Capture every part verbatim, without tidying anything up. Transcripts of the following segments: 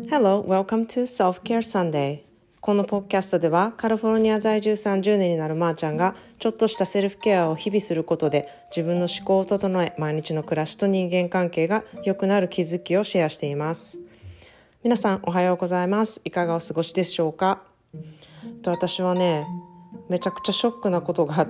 Hello, welcome to Self-Care Sunday. このポッドキャストではカリフォルニア在住さんじゅうねんになるまーちゃんがちょっとしたセルフケアを日々することで自分の思考を整え、毎日の暮らしと人間関係が良くなる気づきをシェアしています。皆さんおはようございます。いかがお過ごしでしょうか。と私はね、めちゃくちゃショックなことがあって、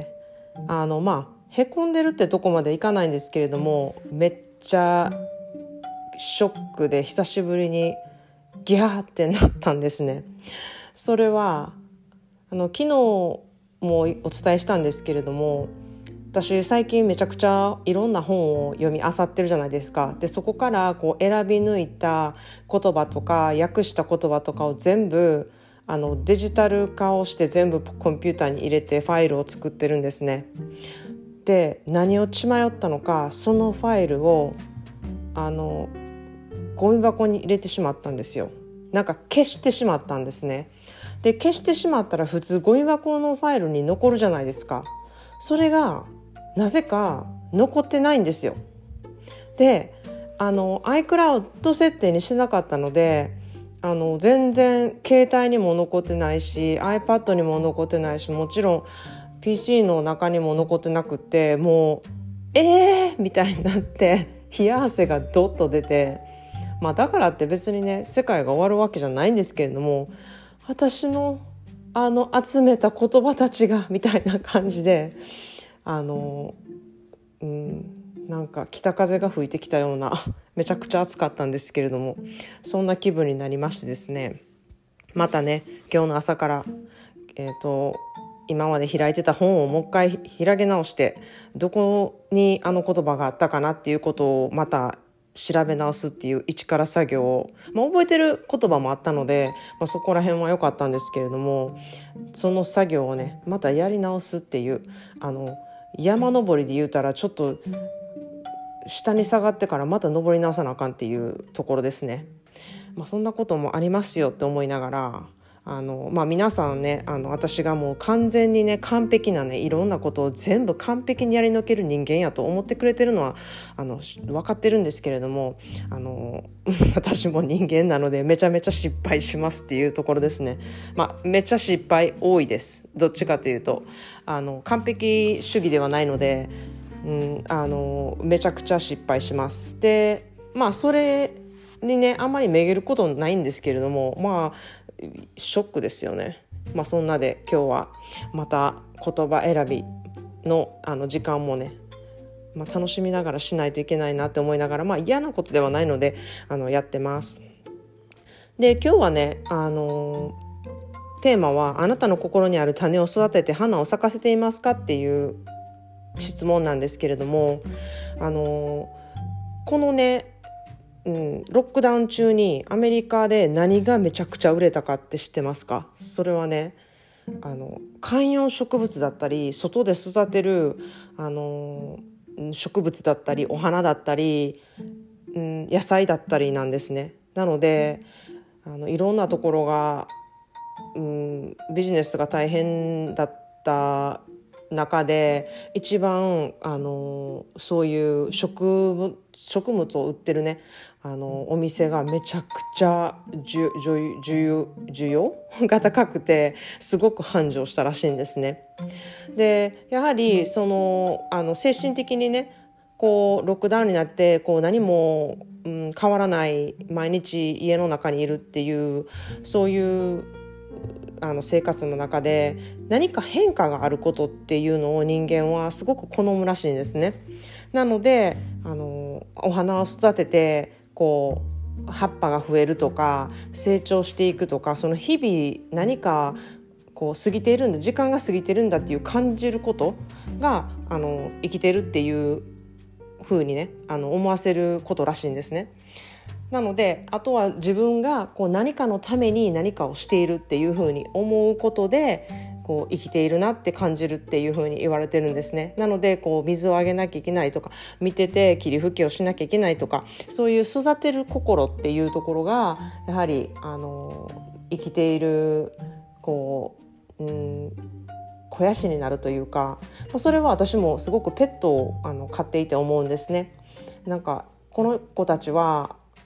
あのまあへこんでるってとこまでいかないんですけれども、めっちゃショックで久しぶりにギャーってなったんですね。それはあの昨日もお伝えしたんですけれども、私最近めちゃくちゃいろんな本を読み漁ってるじゃないですか。でそこからこう選び抜いた言葉とか訳した言葉とかを全部あのデジタル化をして全部コンピューターに入れてファイルを作ってるんですね。で何を血迷ったのか、そのファイルをあのゴミ箱に入れてしまったんですよ。なんか消してしまったんですね。で消してしまったら普通ゴミ箱のファイルに残るじゃないですか。それがなぜか残ってないんですよ。であの iCloud 設定にしてなかったので、あの全然携帯にも残ってないし iPad にも残ってないし、もちろん ピーシー の中にも残ってなくて、もうえーみたいになって冷や汗がドッと出て、まあ、だからって別にね世界が終わるわけじゃないんですけれども、私のあの集めた言葉たちがみたいな感じで、あの、うん、なんか北風が吹いてきたようなめちゃくちゃ暑かったんですけれども、そんな気分になりましてですね、またね今日の朝から、えーと、今まで開いてた本をもう一回開き直して、どこにあの言葉があったかなっていうことをまた調べ直すっていう一から作業を、まあ、覚えてる言葉もあったので、まあ、そこら辺は良かったんですけれども、その作業をねまたやり直すっていう、あの山登りで言うたらちょっと下に下がってからまた登り直さなあかんっていうところですね。まあ、そんなこともありますよって思いながら、あの、まあ、皆さんね、あの私がもう完全にね完璧なねいろんなことを全部完璧にやり抜ける人間やと思ってくれてるのはあの分かってるんですけれども、あの私も人間なのでめちゃめちゃ失敗しますっていうところですね。まあ、めっちゃ失敗多いです。どっちかというとあの完璧主義ではないので、うん、あのめちゃくちゃ失敗します。でまあそれにねあんまりめげることないんですけれども、まあショックですよね。まあそんなで今日はまた言葉選びのあの時間もね、まあ、楽しみながらしないといけないなって思いながら、まあ嫌なことではないのであのやってます。で今日はねあのテーマは、あなたの心にある種を育てて花を咲かせていますかっていう質問なんですけれども、あのこのねうん、ロックダウン中にアメリカで何がめちゃくちゃ売れたかって知ってますか？それはねあの観葉植物だったり外で育てるあの植物だったりお花だったり、うん、野菜だったりなんですね。なのであのいろんなところが、うん、ビジネスが大変だった中で一番あのそういう植植物を売ってるねあのお店がめちゃくちゃ需要需要が高くて、すごく繁盛したらしいんですね。でやはりそのあの精神的にねこうロックダウンになってこう何も、うん、変わらない毎日家の中にいるっていうそういうあの生活の中で何か変化があることっていうのを人間はすごく好むらしいんですね。なのであのお花を育ててこう葉っぱが増えるとか成長していくとか、その日々何かこう過ぎているんだ時間が過ぎてるんだっていう感じることがあの生きてるっていう風にねあの思わせることらしいんですね。なのであとは自分がこう何かのために何かをしているっていう風に思うことでこう生きているなって感じるっていう風に言われてるんですね。なのでこう水をあげなきゃいけないとか、見てて霧吹きをしなきゃいけないとか、そういう育てる心っていうところがやはりあの生きているこう、うん、肥やしになるというか、それは私もすごくペットをあの飼っていて思うんですね。なんかこの子たちは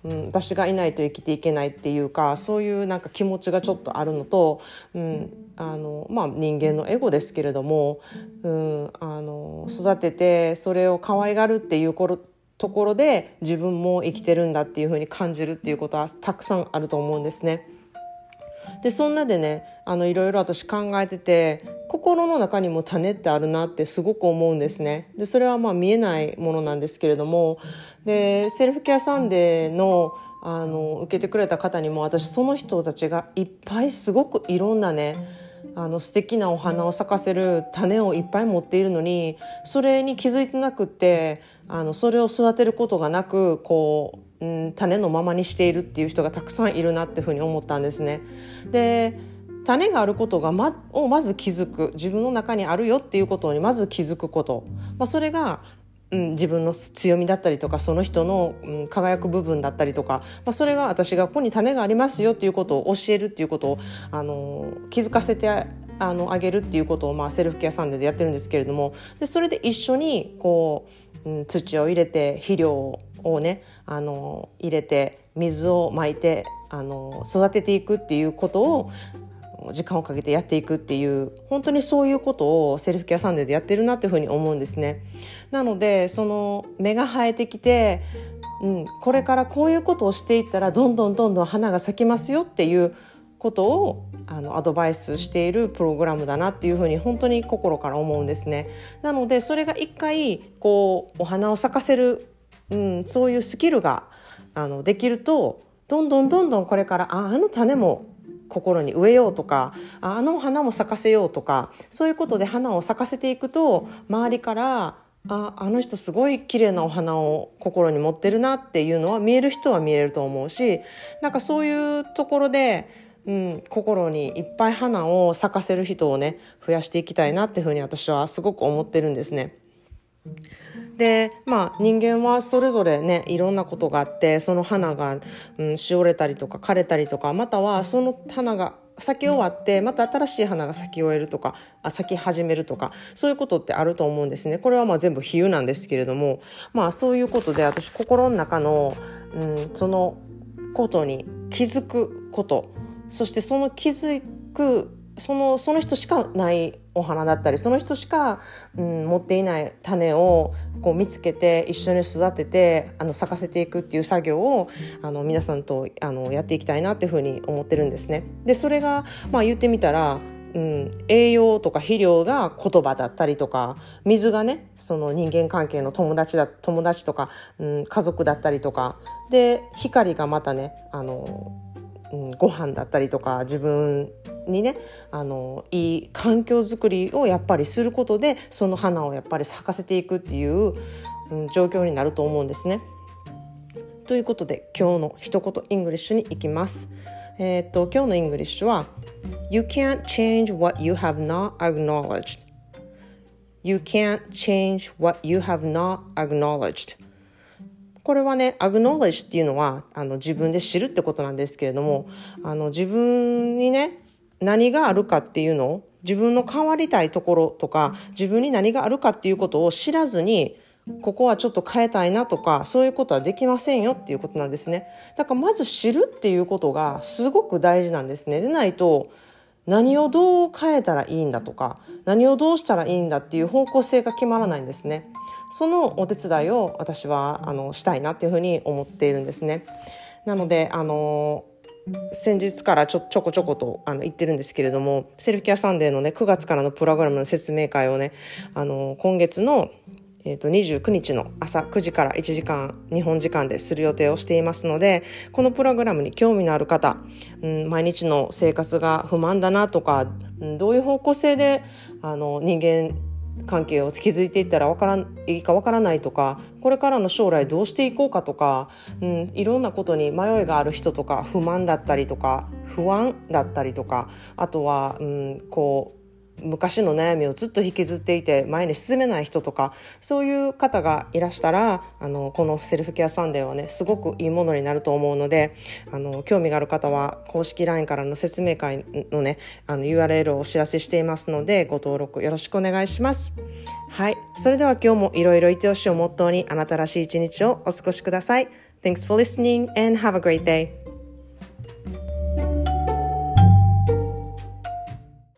うん、私がいないと生きていけないっていうか、そういうなんか気持ちがちょっとあるのと、うん、あのまあ、人間のエゴですけれども、うん、あの育ててそれを可愛がるっていうところで自分も生きてるんだっていう風に感じるっていうことはたくさんあると思うんですね。でそんなでね、あのいろいろ私考えてて、心の中にも種ってあるなってすごく思うんですね。でそれはまあ見えないものなんですけれども、でセルフケアサンデーのあの受けてくれた方にも、私その人たちがいっぱいすごくいろんなね、あの素敵なお花を咲かせる種をいっぱい持っているのに、それに気づいてなくって、あのそれを育てることがなく、こう、うん、種のままにしているっていう人がたくさんいるなっていうふうに思ったんですね。で種があることがまをまず気づく、自分の中にあるよっていうことにまず気づくこと、まあ、それがうん、自分の強みだったりとか、その人の、うん、輝く部分だったりとか、まあ、それが私がここに種がありますよっていうことを教えるっていうことを、あの気づかせてあのあげるっていうことを、まあ、セルフケアサンデーでやってるんですけれども、でそれで一緒にこう、うん、土を入れて肥料をね、あの入れて水をまいて、あの育てていくっていうことを時間をかけてやっていくっていう、本当にそういうことをセルフケアサンデーでやってるなっていうふうに思うんですね。なのでその芽が生えてきて、うん、これからこういうことをしていったらどんどんどんどん花が咲きますよっていうことをあのアドバイスしているプログラムだなっていうふうに本当に心から思うんですね。なのでそれが一回こうお花を咲かせる、うん、そういうスキルがあのできると、どんどんどんどんこれからああの種も心に植えようとか、あの花も咲かせようとか、そういうことで花を咲かせていくと、周りからああの人すごい綺麗なお花を心に持ってるなっていうのは見える人は見えると思うし、なんかそういうところで、うん、心にいっぱい花を咲かせる人をね、増やしていきたいなっていうふうに私はすごく思ってるんですね。でまあ、人間はそれぞれね、いろんなことがあって、その花が、うん、しおれたりとか枯れたりとか、またはその花が咲き終わってまた新しい花が咲き終えるとか、あ咲き始めるとか、そういうことってあると思うんですね。これはまあ全部比喩なんですけれども、まあそういうことで私心の中の、うん、そのことに気づくこと、そしてその気づくその、その人しかないお花だったり、その人しか、うん、持っていない種をこう見つけて一緒に育てて、あの咲かせていくっていう作業をあの皆さんとあのやっていきたいなっていうふうに思ってるんですね。でそれが、まあ、言ってみたら、うん、栄養とか肥料が言葉だったりとか、水がね、その人間関係の友達だ友達とか、うん、家族だったりとかで、光がまたね、あの、うん、ご飯だったりとか、自分にね、あのいい環境づくりをやっぱりすることで、その花をやっぱり咲かせていくっていう、うん、状況になると思うんですね。ということで今日の一言イングリッシュに行きます。えー、っと今日のイングリッシュは You can't change what you have not acknowledged. You can't change what you have not acknowledged. これはね、acknowledge っていうのはあの自分で知るってことなんですけれども、あの自分にね、何があるかっていうのを、自分の変わりたいところとか、自分に何があるかっていうことを知らずに、ここはちょっと変えたいなとか、そういうことはできませんよっていうことなんですね。だからまず知るっていうことがすごく大事なんですね。でないと、何をどう変えたらいいんだとか、何をどうしたらいいんだっていう方向性が決まらないんですね。そのお手伝いを私はあのしたいなっていうふうに思っているんですね。なのであの先日からちょちょこちょことあの言ってるんですけれども、セルフケアサンデーのねくがつからのプログラムの説明会をね、あの今月の、えー、とにじゅうくにちの朝くじからいちじかん日本時間でする予定をしていますので、このプログラムに興味のある方、うん、毎日の生活が不満だなとか、うん、どういう方向性であの人間関係を築いていったらわからんいいかわからないとか、これからの将来どうしていこうかとか、うん、いろんなことに迷いがある人とか、不満だったりとか不安だったりとか、あとは、うん、こう昔の悩みをずっと引きずっていて前に進めない人とか、そういう方がいらしたら、あのこのセルフケアサンデーはねすごくいいものになると思うので、あの興味がある方は公式 ライン からの説明会のねあの ユーアールエル をお知らせしていますので、ご登録よろしくお願いします。はい、それでは今日もいろいろいてよしをモットーに、あなたらしい一日をお過ごしください。 Thanks for listening and have a great day.